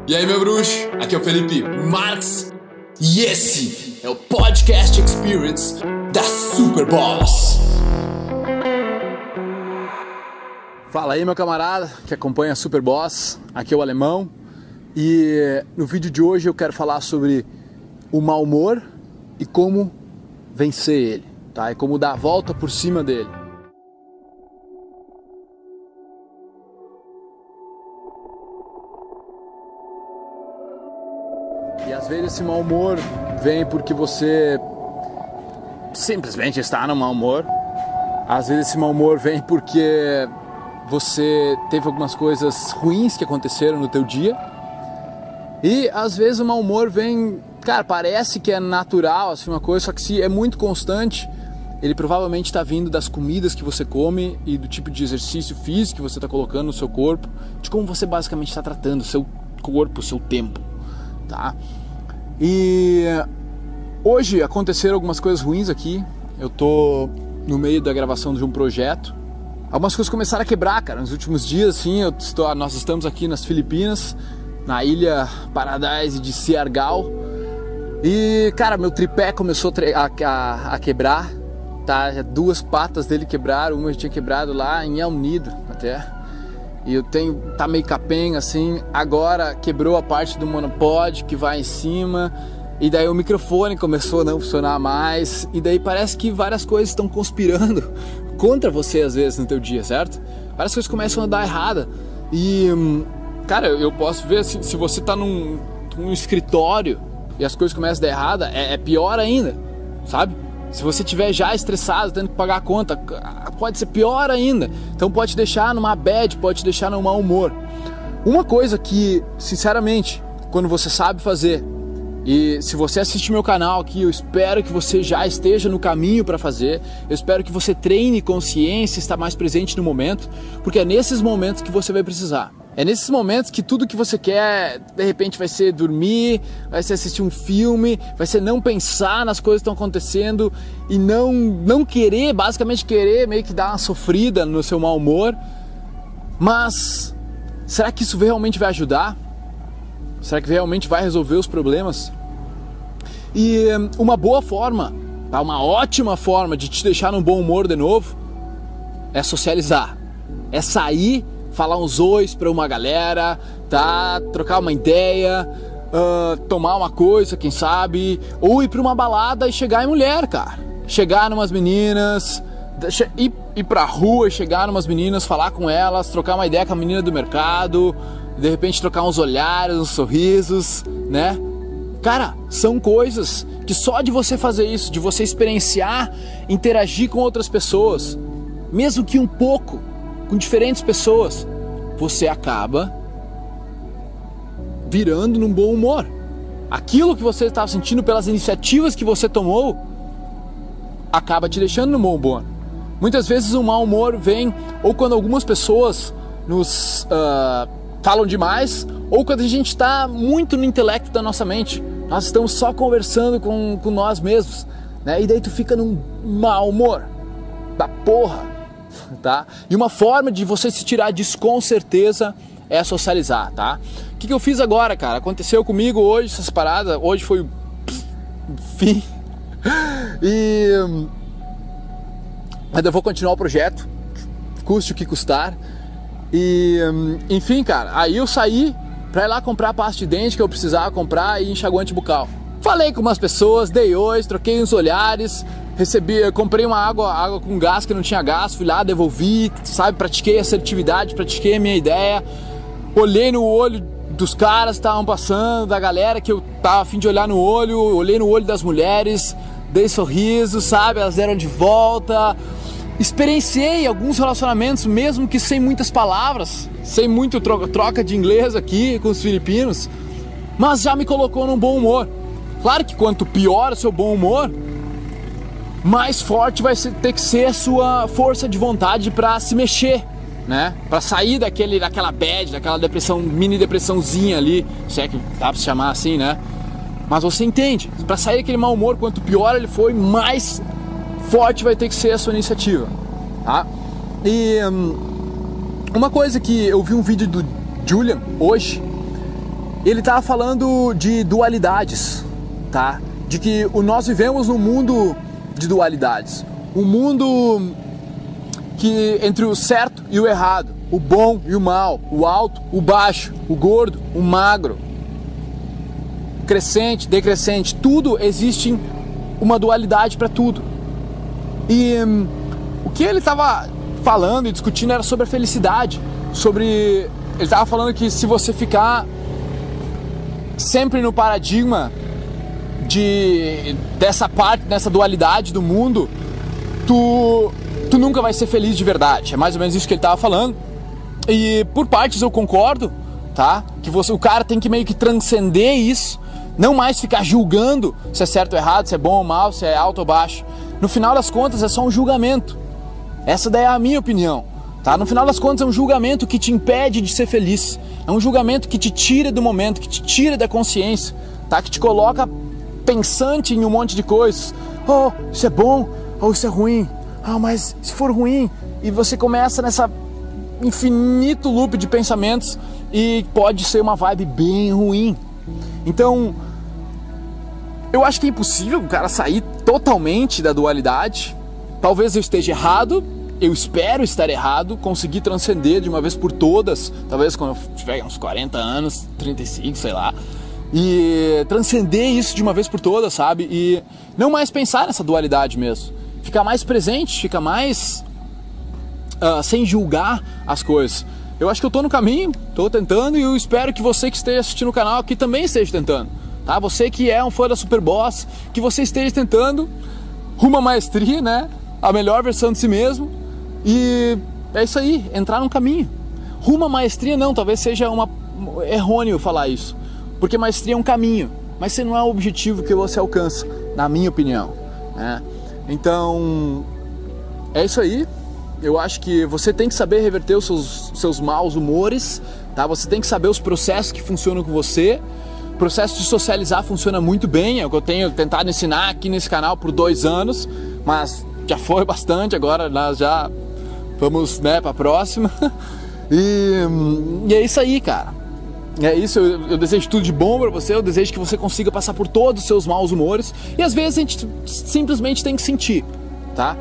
E aí, meu bruxo? Aqui é o Felipe Marques e esse é o Podcast Experience da Superboss. Fala aí, meu camarada que acompanha a Superboss, aqui é o Alemão e no vídeo de hoje eu quero falar sobre o mau humor e como vencer ele, tá? E como dar a volta por cima dele. E às vezes esse mau humor vem porque você simplesmente está no mau humor. Às vezes esse mau humor vem porque você teve algumas coisas ruins que aconteceram no teu dia. E às vezes o mau humor vem, cara, parece que é natural, assim, uma coisa, só que se é muito constante, ele provavelmente está vindo das comidas que você come e do tipo de exercício físico que você está colocando no seu corpo, de como você basicamente está tratando o seu corpo, o seu tempo, tá? E hoje aconteceram algumas coisas ruins aqui. Eu tô no meio da gravação de um projeto. Algumas coisas começaram a quebrar, cara. Nos últimos dias, assim, nós estamos aqui nas Filipinas, na ilha Paradise de Siargao. E, cara, meu tripé começou a quebrar, tá? Duas patas dele quebraram, uma eu tinha quebrado lá em El Nido até. E tá meio capenga, assim. Agora quebrou a parte do monopod que vai em cima. E daí o microfone começou a não funcionar mais. E daí parece que várias coisas estão conspirando contra você às vezes no teu dia, certo? Várias coisas começam a dar errada. E, cara, eu posso ver, se você tá num escritório e as coisas começam a dar errada, é pior ainda, sabe? Se você estiver já estressado, tendo que pagar a conta, pode ser pior ainda. Então pode te deixar numa bad, pode te deixar num mau humor. Uma coisa que, sinceramente, quando você sabe fazer, e se você assiste meu canal aqui, eu espero que você já esteja no caminho para fazer. Eu espero que você treine consciência, estar mais presente no momento, porque é nesses momentos que você vai precisar. É nesses momentos que tudo que você quer, de repente, vai ser dormir, vai ser assistir um filme, vai ser não pensar nas coisas que estão acontecendo e não querer, basicamente querer meio que dar uma sofrida no seu mau humor. Mas será que isso realmente vai ajudar? Será que realmente vai resolver os problemas? E uma boa forma, tá? Uma ótima forma de te deixar num bom humor de novo é socializar, é sair, falar uns ois pra uma galera, tá? Trocar uma ideia, tomar uma coisa, quem sabe, ou ir pra uma balada e chegar em mulher, cara. Chegar numas meninas, ir pra rua e chegar numas meninas, falar com elas, trocar uma ideia com a menina do mercado, de repente trocar uns olhares, uns sorrisos, né? Cara, são coisas que só de você fazer isso, de você experienciar, interagir com outras pessoas, mesmo que um pouco, com diferentes pessoas, você acaba virando num bom humor. Aquilo que você estava sentindo pelas iniciativas que você tomou acaba te deixando num bom humor. Muitas vezes o mau humor vem ou quando algumas pessoas nos falam demais, ou quando a gente está muito no intelecto da nossa mente. Nós estamos só conversando com nós mesmos, né? E daí tu fica num mau humor da porra. Tá? E uma forma de você se tirar disso com certeza é socializar, tá? O que eu fiz agora, cara? Aconteceu comigo hoje essas paradas, hoje foi o fim. Mas eu vou continuar o projeto, custe o que custar. E enfim, cara, aí eu saí pra ir lá comprar a pasta de dente que eu precisava comprar e enxaguante bucal. Falei com umas pessoas, dei oi, troquei uns olhares, comprei uma água com gás que não tinha gás, fui lá, devolvi, sabe, pratiquei assertividade, pratiquei a minha ideia, olhei no olho dos caras que estavam passando, da galera que eu tava a fim de olhar no olho, olhei no olho das mulheres, dei sorriso, sabe, elas deram de volta, experienciei alguns relacionamentos, mesmo que sem muitas palavras, sem muito troca de inglês aqui com os filipinos, mas já me colocou num bom humor. Claro que quanto pior o seu bom humor, mais forte vai ter que ser a sua força de vontade para se mexer, né? Para sair daquela bad, daquela depressão, mini depressãozinha ali, se é que dá pra se chamar assim, né? Mas você entende, para sair daquele mau humor, quanto pior ele for, mais forte vai ter que ser a sua iniciativa, tá? E uma coisa que eu vi um vídeo do Julian hoje, ele estava falando de dualidades, tá? De que nós vivemos num mundo de dualidades. Um mundo que entre o certo e o errado, o bom e o mal, o alto, o baixo, o gordo, o magro, crescente, decrescente, tudo existe uma dualidade para tudo. E o que ele estava falando e discutindo era sobre a felicidade, ele estava falando que se você ficar sempre no paradigma dessa dualidade do mundo, tu nunca vai ser feliz de verdade. É mais ou menos isso que ele estava falando. E por partes eu concordo, tá? Que o cara tem que meio que transcender isso, não mais ficar julgando se é certo ou errado, se é bom ou mal, se é alto ou baixo. No final das contas é só um julgamento. Essa daí é a minha opinião, tá? No final das contas é um julgamento que te impede de ser feliz. É um julgamento que te tira do momento, que te tira da consciência, tá? Que te coloca pensante em um monte de coisas. Oh, isso é bom, ou isso é ruim. Ah, mas se for ruim, e você começa nessa infinito loop de pensamentos e pode ser uma vibe bem ruim. Então, eu acho que é impossível o cara sair totalmente da dualidade. Talvez eu esteja errado, eu espero estar errado, conseguir transcender de uma vez por todas, talvez quando eu tiver uns 40 anos, 35, sei lá, e transcender isso de uma vez por todas, sabe? E não mais pensar nessa dualidade mesmo. Ficar mais presente, ficar mais sem julgar as coisas. Eu acho que eu tô no caminho, tô tentando, e eu espero que você que esteja assistindo o canal aqui também esteja tentando, tá? Você que é um fã da Superboss, que você esteja tentando rumo à maestria, né? A melhor versão de si mesmo. E é isso aí, entrar num caminho. Rumo à maestria não, talvez seja errôneo falar isso, porque maestria é um caminho, mas esse não é o objetivo que você alcança, na minha opinião, né? Então, é isso aí. Eu acho que você tem que saber reverter os seus maus humores, tá? Você tem que saber os processos que funcionam com você. O processo de socializar funciona muito bem, é o que eu tenho tentado ensinar aqui nesse canal por 2 anos, mas já foi bastante, agora nós já vamos, né, para a próxima. E é isso aí, cara. É isso, eu desejo tudo de bom pra você, eu desejo que você consiga passar por todos os seus maus humores, e às vezes a gente simplesmente tem que sentir, tá?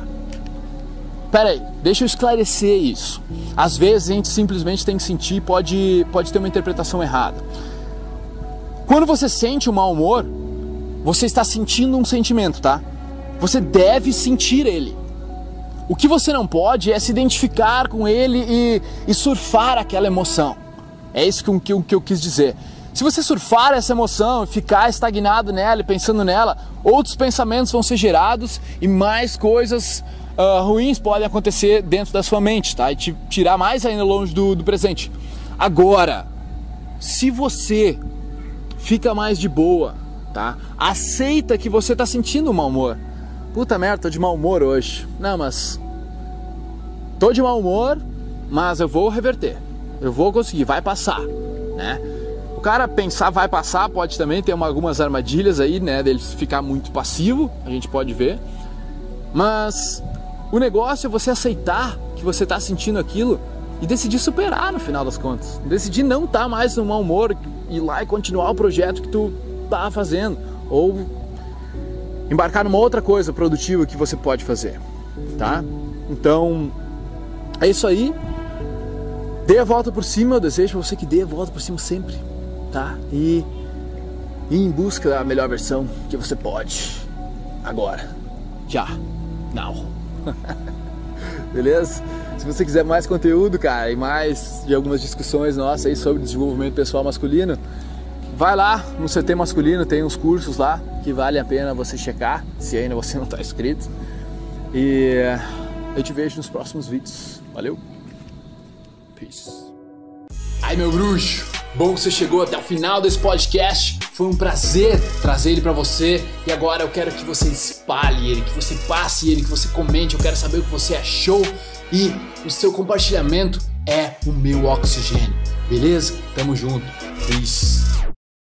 Pera aí, deixa eu esclarecer isso. Às vezes a gente simplesmente tem que sentir, pode ter uma interpretação errada. Quando você sente o mau humor, você está sentindo um sentimento, tá? Você deve sentir ele. O que você não pode é se identificar com ele e surfar aquela emoção. É isso que eu quis dizer. Se você surfar essa emoção, ficar estagnado nela e pensando nela, outros pensamentos vão ser gerados e mais coisas ruins podem acontecer dentro da sua mente, tá? E te tirar mais ainda longe do presente. Agora, se você fica mais de boa, tá? Aceita que você tá sentindo mau humor. Puta merda, tô de mau humor hoje. Não, mas tô de mau humor, mas eu vou reverter. Eu vou conseguir, vai passar, né? O cara pensar vai passar, pode também ter algumas armadilhas aí, né? Dele ficar muito passivo, a gente pode ver. Mas o negócio é você aceitar que você tá sentindo aquilo e decidir superar no final das contas. Decidir não estar mais no mau humor, ir lá e continuar o projeto que tu tá fazendo. Ou embarcar numa outra coisa produtiva que você pode fazer, tá? Então, é isso aí. Dê a volta por cima, eu desejo pra você que dê a volta por cima sempre, tá? E em busca da melhor versão que você pode. Agora. Já. Now. Beleza? Se você quiser mais conteúdo, cara, e mais de algumas discussões nossas aí sobre desenvolvimento pessoal masculino, vai lá no CT Masculino, tem uns cursos lá que vale a pena você checar, se ainda você não está inscrito. E eu te vejo nos próximos vídeos. Valeu! Peace! Ai, meu bruxo! Bom que você chegou até o final desse podcast. Foi um prazer trazer ele pra você. E agora eu quero que você espalhe ele, que você passe ele, que você comente. Eu quero saber o que você achou. E o seu compartilhamento é o meu oxigênio. Beleza? Tamo junto. Peace!